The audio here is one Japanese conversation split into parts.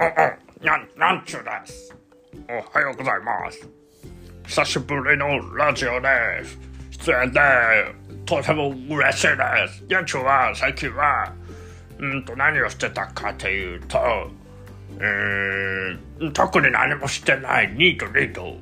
なんちゅうです。おはようございます。久しぶりのラジオです。出演でとても嬉しいです。やんちゅうは最近は何をしてたかというと、特に何もしてない。ニート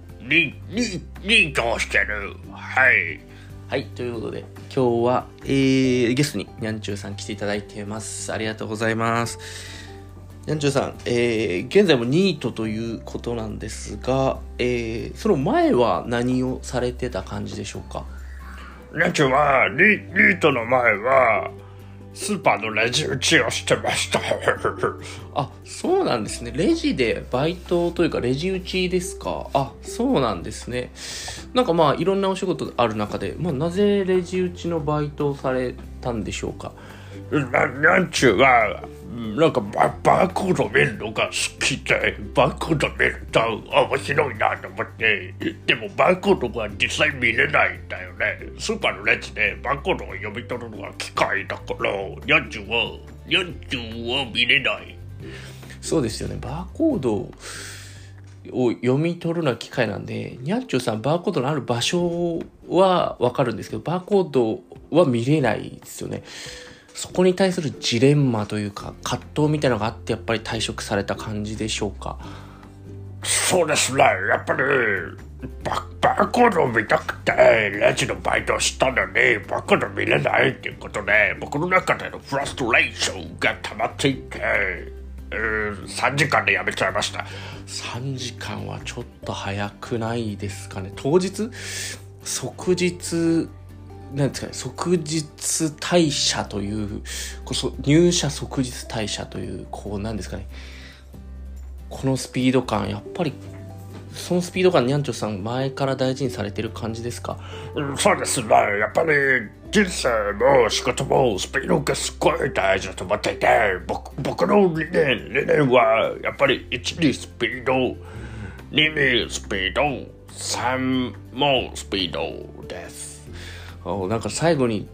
をしてる。 はい、ということで今日は、ゲストににゃんちゅうさん来ていただいてます。ありがとうございます。にゃんちゅうさん、現在もニートということなんですが、その前は何をされてた感じでしょうか？ にゃんちゅうはニートの前はスーパーのレジ打ちをしてました。 あ、そうなんですね。レジでバイトというかレジ打ちですか？あ、そうなんですね。なんかいろんなお仕事ある中で、なぜレジ打ちのバイトをされたんでしょうか？ にゃんちゅうはなんかバーコード見るのが好きで、バーコード見ると面白いなと思って。でもバーコードが実際見れないんだよね。スーパーのレジでバーコードを読み取るのは機械だからにゃんちゅうは見れない。 そうですよね。バーコードを読み取るのは機械なんで、にゃんちゅうさんバーコードのある場所はわかるんですけど、バーコードは見れないですよね。そこに対するジレンマというか葛藤みたいなのがあって、やっぱり退職された感じでしょうか？ そうですね。やっぱりバーコードを見たくてレジのバイトをしたのにバーコード見れないっていうことで、僕の中でのフラストレーションが溜まっていて、3時間で辞めちゃいました。 3時間はちょっと早くないですかね？当日即日なんですかね、即日退社という、入社即日退社という、なんですかね、このスピード感、やっぱりそのスピード感、にゃんちょさん前から大事にされてる感じですか？ そうですね。やっぱり人生も仕事もスピードがすごい大事だと思っていて、僕の理念はやっぱり1にスピード、2にスピード、3もスピードです。 なんか最後に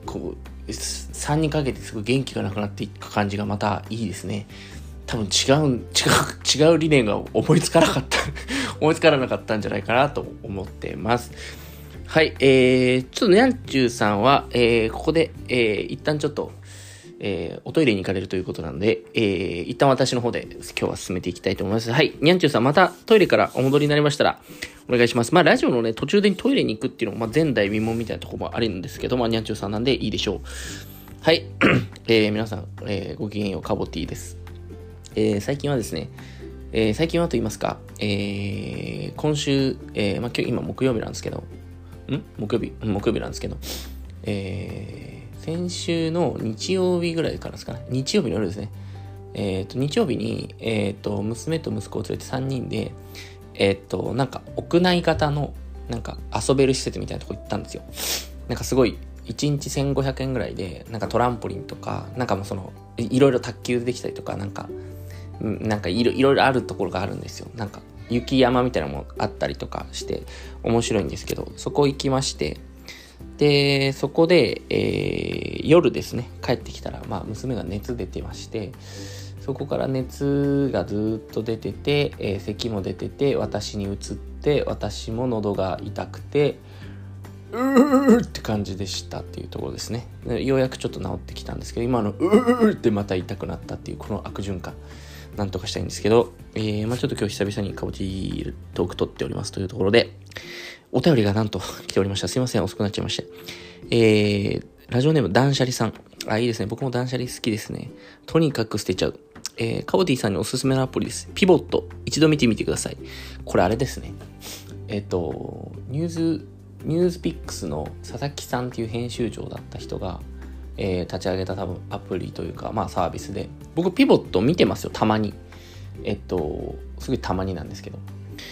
3にかけてすごい元気がなくなっていく感じがまたいいですね。多分違う理念が思いつかなかったんじゃないかなと思ってます。はい、ちょっとにゃんちゅうさんは、ここで、一旦ちょっと、おトイレに行かれるということなので、一旦私の方で今日は進めていきたいと思います。はい、にゃんちゅうさんまたトイレからお戻りになりましたらお願いします。ラジオのね、途中でトイレに行くっていうのも、前代未聞みたいなところもあるんですけど、にゃんちゅうさんなんでいいでしょう。はい、皆さん、ごきげんよう、カボティです。最近はですね、最近はと言いますか、今週、今日今木曜日なんですけど、木曜日なんですけど、先週の日曜日ぐらいからですかね、日曜日の夜ですね、日曜日に、娘と息子を連れて3人で、なんか屋内型のなんか遊べる施設みたいなとこ行ったんですよ。なんかすごい1日1500円ぐらいで、なんかトランポリンとか、なんかいろいろ卓球できたりとか、なんかいろいろあるところがあるんですよ。なんか雪山みたいなのもあったりとかして面白いんですけど、そこ行きまして、でそこで、夜ですね、帰ってきたら、娘が熱出てまして、そこから熱がずっと出てて、咳も出てて、私に移って、私も喉が痛くてって感じでしたっていうところですね。ようやくちょっと治ってきたんですけど、今のってまた痛くなったっていうこの悪循環なんとかしたいんですけど、ちょっと今日久々にカボチートーク撮っておりますというところで、お便りがなんと来ておりました。すいません、遅くなっちゃいまして。ラジオネーム断捨離さん。いいですね。僕も断捨離好きですね。とにかく捨てちゃう。カボティさんにおすすめのアプリです。ピボット。一度見てみてください。これあれですね。ニュースピックスの佐々木さんっていう編集長だった人が、立ち上げた多分アプリというか、サービスで、僕ピボット見てますよ、たまに。すごいたまになんですけど。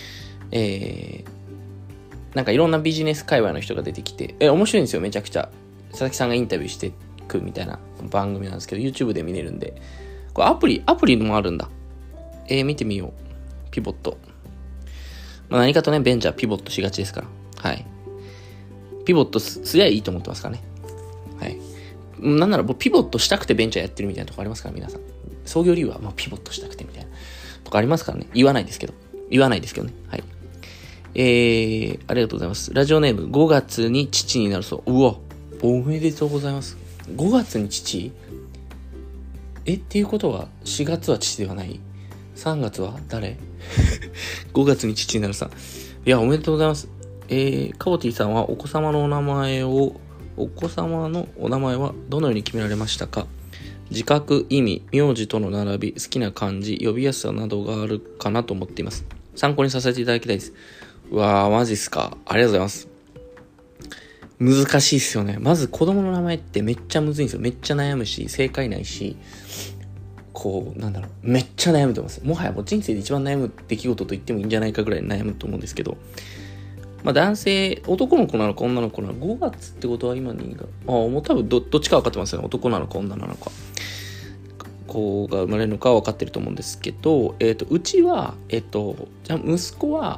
なんかいろんなビジネス界隈の人が出てきて、面白いんですよ、めちゃくちゃ。佐々木さんがインタビューしてくみたいな番組なんですけど、YouTube で見れるんで。これアプリもあるんだ。見てみよう。ピボット。何かとね、ベンチャーピボットしがちですから。はい。ピボットすりゃいいと思ってますからね。はい。なんならピボットしたくてベンチャーやってるみたいなとこありますから、皆さん。創業理由はピボットしたくてみたいな。 とかありますからね。言わないですけどね。はい。ありがとうございます。ラジオネーム、5月に父になるそう。うわ、おめでとうございます。5月に父？っていうことは、4月は父ではない？ 3 月は誰？ 5 月に父になるさん。いや、おめでとうございます。カボティさんはお子様のお名前はどのように決められましたか？自覚、意味、名字との並び、好きな漢字、呼びやすさなどがあるかなと思っています。参考にさせていただきたいです。うわー、マジっすか。ありがとうございます。難しいっすよね。まず子供の名前ってめっちゃむずいんですよ。めっちゃ悩むし、正解ないし、めっちゃ悩むと思います。もはやもう人生で一番悩む出来事と言ってもいいんじゃないかぐらい悩むと思うんですけど、男性、男の子なのか女の子なのか、5月ってことは今にもう多分どっちか分かってますよね。男なのか女なのか。子が生まれるのか分かってると思うんですけど、うちは、じゃあ息子は、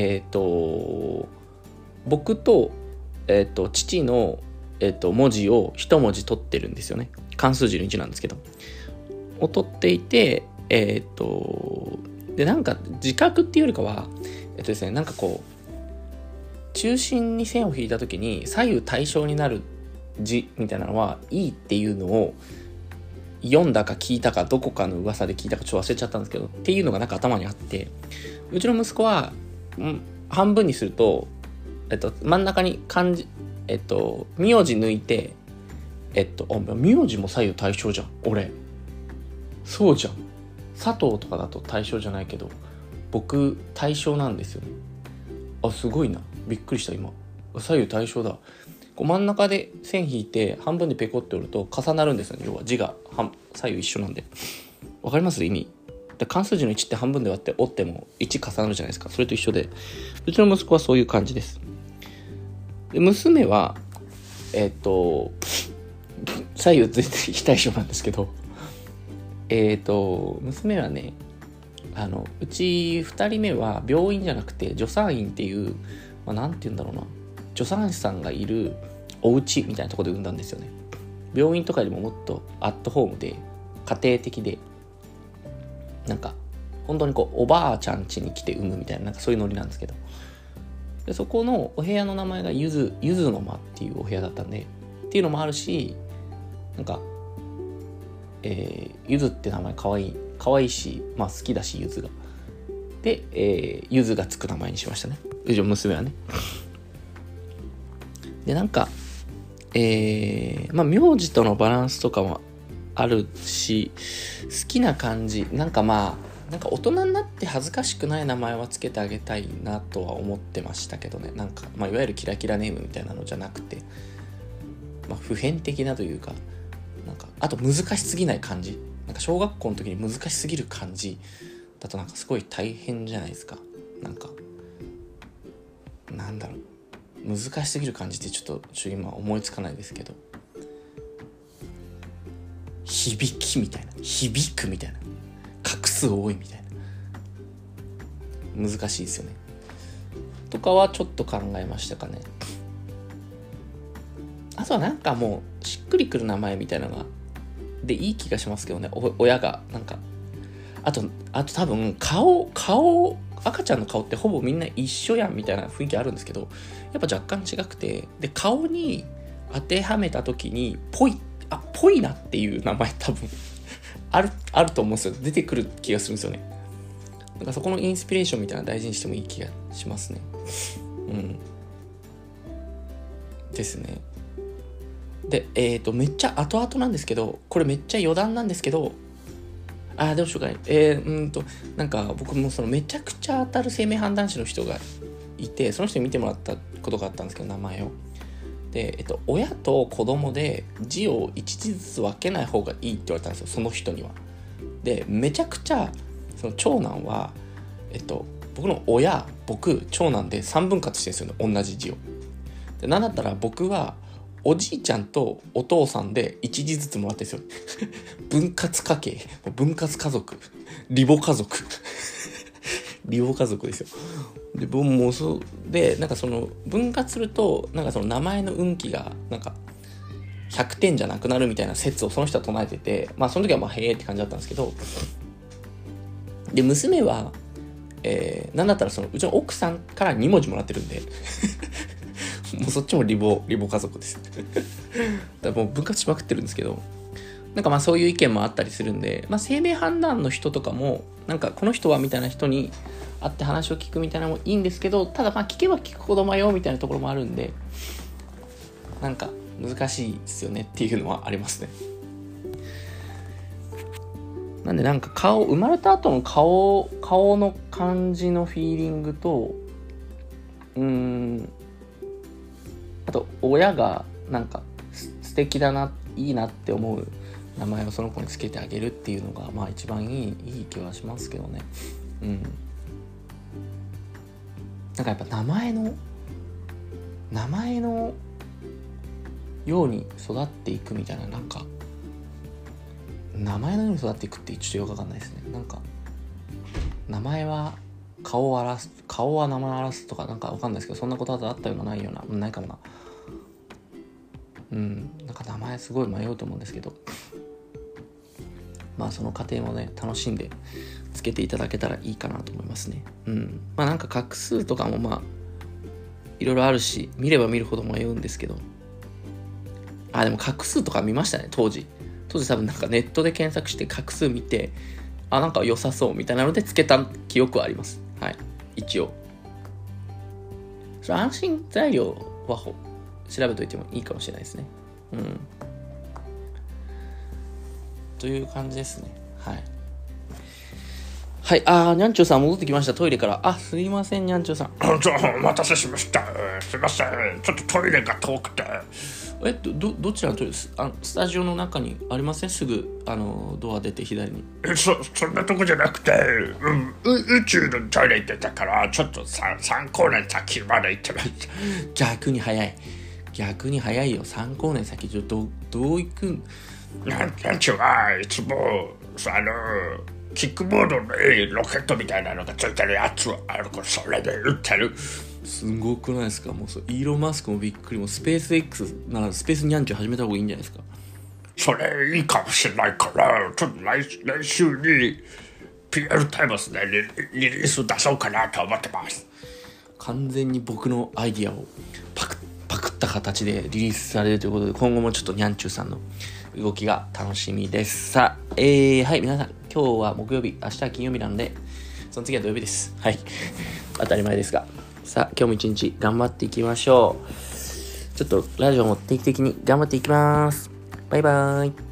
僕と、父の、文字を一文字取ってるんですよね。漢数字の1なんですけど。を取っていて、で、なんか自覚っていうよりかは、ですね、なんかこう、中心に線を引いた時に左右対称になる字みたいなのはいいっていうのを読んだか聞いたかどこかの噂で聞いたかちょっと忘れちゃったんですけどっていうのがなんか頭にあって、うちの息子は、半分にすると、真ん中に漢字名字抜いて名字も左右対称じゃん。俺そうじゃん。佐藤とかだと対称じゃないけど僕対称なんですよね。すごいな、びっくりした。今左右対称だ。こう真ん中で線引いて半分でペコって折ると重なるんですよね。要は字が左右一緒なんで。わかります？意味で漢数字の1って半分で割って折っても1重なるじゃないですか。それと一緒でうちの息子はそういう感じです。で娘は左右全然非対称なんですけど娘はねうち2人目は病院じゃなくて助産院っていう、なんて言うんだろうな、助産師さんがいるお家みたいなところで産んだんですよね。病院とかよりももっとアットホームで家庭的で、なんか本当にこうおばあちゃん家に来て産むみたいな、なんかそういうノリなんですけど、でそこのお部屋の名前がゆずの間っていうお部屋だったんでっていうのもあるし、なんかゆずって名前かわいいし、好きだしゆずがで、ゆずがつく名前にしましたね、うちの娘はね。でなんか名字とのバランスとかもあるし、好きな感じなんか大人になって恥ずかしくない名前はつけてあげたいなとは思ってましたけどね。なんかいわゆるキラキラネームみたいなのじゃなくて、普遍的なというか、なんかあと難しすぎない感じ、なんか小学校の時に難しすぎる感じだとなんかすごい大変じゃないですか。なんかなんだろう、難しすぎる感じってちょっと今思いつかないですけど、響きみたいな、響くみたいな、画数多いみたいな、難しいですよねとかはちょっと考えましたかね。あとはなんかもうしっくりくる名前みたいなのがでいい気がしますけどね。親がなんかあと多分顔赤ちゃんの顔ってほぼみんな一緒やんみたいな雰囲気あるんですけど、やっぱ若干違くて、で顔に当てはめた時にぽいなっていう名前多分あると思うんですよ。出てくる気がするんですよね。なんかそこのインスピレーションみたいなの大事にしてもいい気がしますね。ですね。でめっちゃ後々なんですけど、これめっちゃ余談なんですけど、どうしようかね。なんか僕もそのめちゃくちゃ当たる生命判断士の人がいて、その人に見てもらったことがあったんですけど、名前を。で、親と子供で字を一字ずつ分けない方がいいって言われたんですよ、その人には。で、めちゃくちゃその長男は僕長男で3分割してるんですよね、同じ字を。で、なんだったら僕はおじいちゃんとお父さんで一字ずつもらってるんですよ。分割家系、分割家族、リボ家族リボ家族ですよ。で僕もそうで、なんかその分割するとなんかその名前の運気がなんか100点じゃなくなるみたいな説をその人は唱えてて、その時はへーって感じだったんですけど、 で、娘は、なんだったらうちの奥さんから2文字もらってるんでもうそっちもリボ家族ですだからもう分割しまくってるんですけど、なんかまあそういう意見もあったりするんで、まあ性別判断の人とかもなんかこの人はみたいな人に会って話を聞くみたいなのもいいんですけど、ただまあ聞けば聞くほど迷うみたいなところもあるんで、なんか難しいですよねっていうのはありますね。なんでなんか生まれた後の顔の感じのフィーリングと、あと親がなんか素敵だな、いいなって思う名前をその子につけてあげるっていうのがまあ一番いい気はしますけどね。なんかやっぱ名前のように育っていくみたいな、なんか名前のように育っていくってちょっとよくわかんないですね。なんか名前は顔は名前を表すとかなんかわかんないですけど、そんなことあったようなないような、ないかもな。なんか名前すごい迷うと思うんですけど、まあその過程もね楽しんでつけていただけたらいいかなと思いますね。まあなんか画数とかもまあいろいろあるし、見れば見るほど迷うんですけど、でも画数とか見ましたね当時多分なんかネットで検索して画数見て、なんか良さそうみたいなのでつけた記憶はあります。はい、一応それ安心材料は調べといてもいいかもしれないですね。という感じですね。はい、にゃんちゅうさん戻ってきました、トイレから。すいません、にゃんちゅうさん。 お待たせしました。すいません、ちょっとトイレが遠くて。 どちらのトイレです？スタジオの中にありません？すぐドア出て左に。 そんなとこじゃなくて、宇宙のトイレ行ってたから、ちょっと3光年先まで行ってました。 逆に早いよ。3光年先どう行くん？ なんちゅうはいつもキックボードにロケットみたいなのがついてるやつあるから、それで売ってる。 すごくないですか？もうイーロン・マスクもびっくり。もうスペース X ならスペースニャンチュー始めた方がいいんじゃないですか？ それいいかもしれないから、ちょっと来週に PR タイムスでリリース出そうかなと思ってます。 完全に僕のアイディアをパクった形でリリースされるということで、今後もちょっとニャンチューさんの動きが楽しみです。さあ、はい、皆さん今日は木曜日、明日は金曜日なので、その次は土曜日です。はい当たり前ですが、さあ今日も一日頑張っていきましょう。ちょっとラジオも定期的に頑張っていきます。バイバーイ。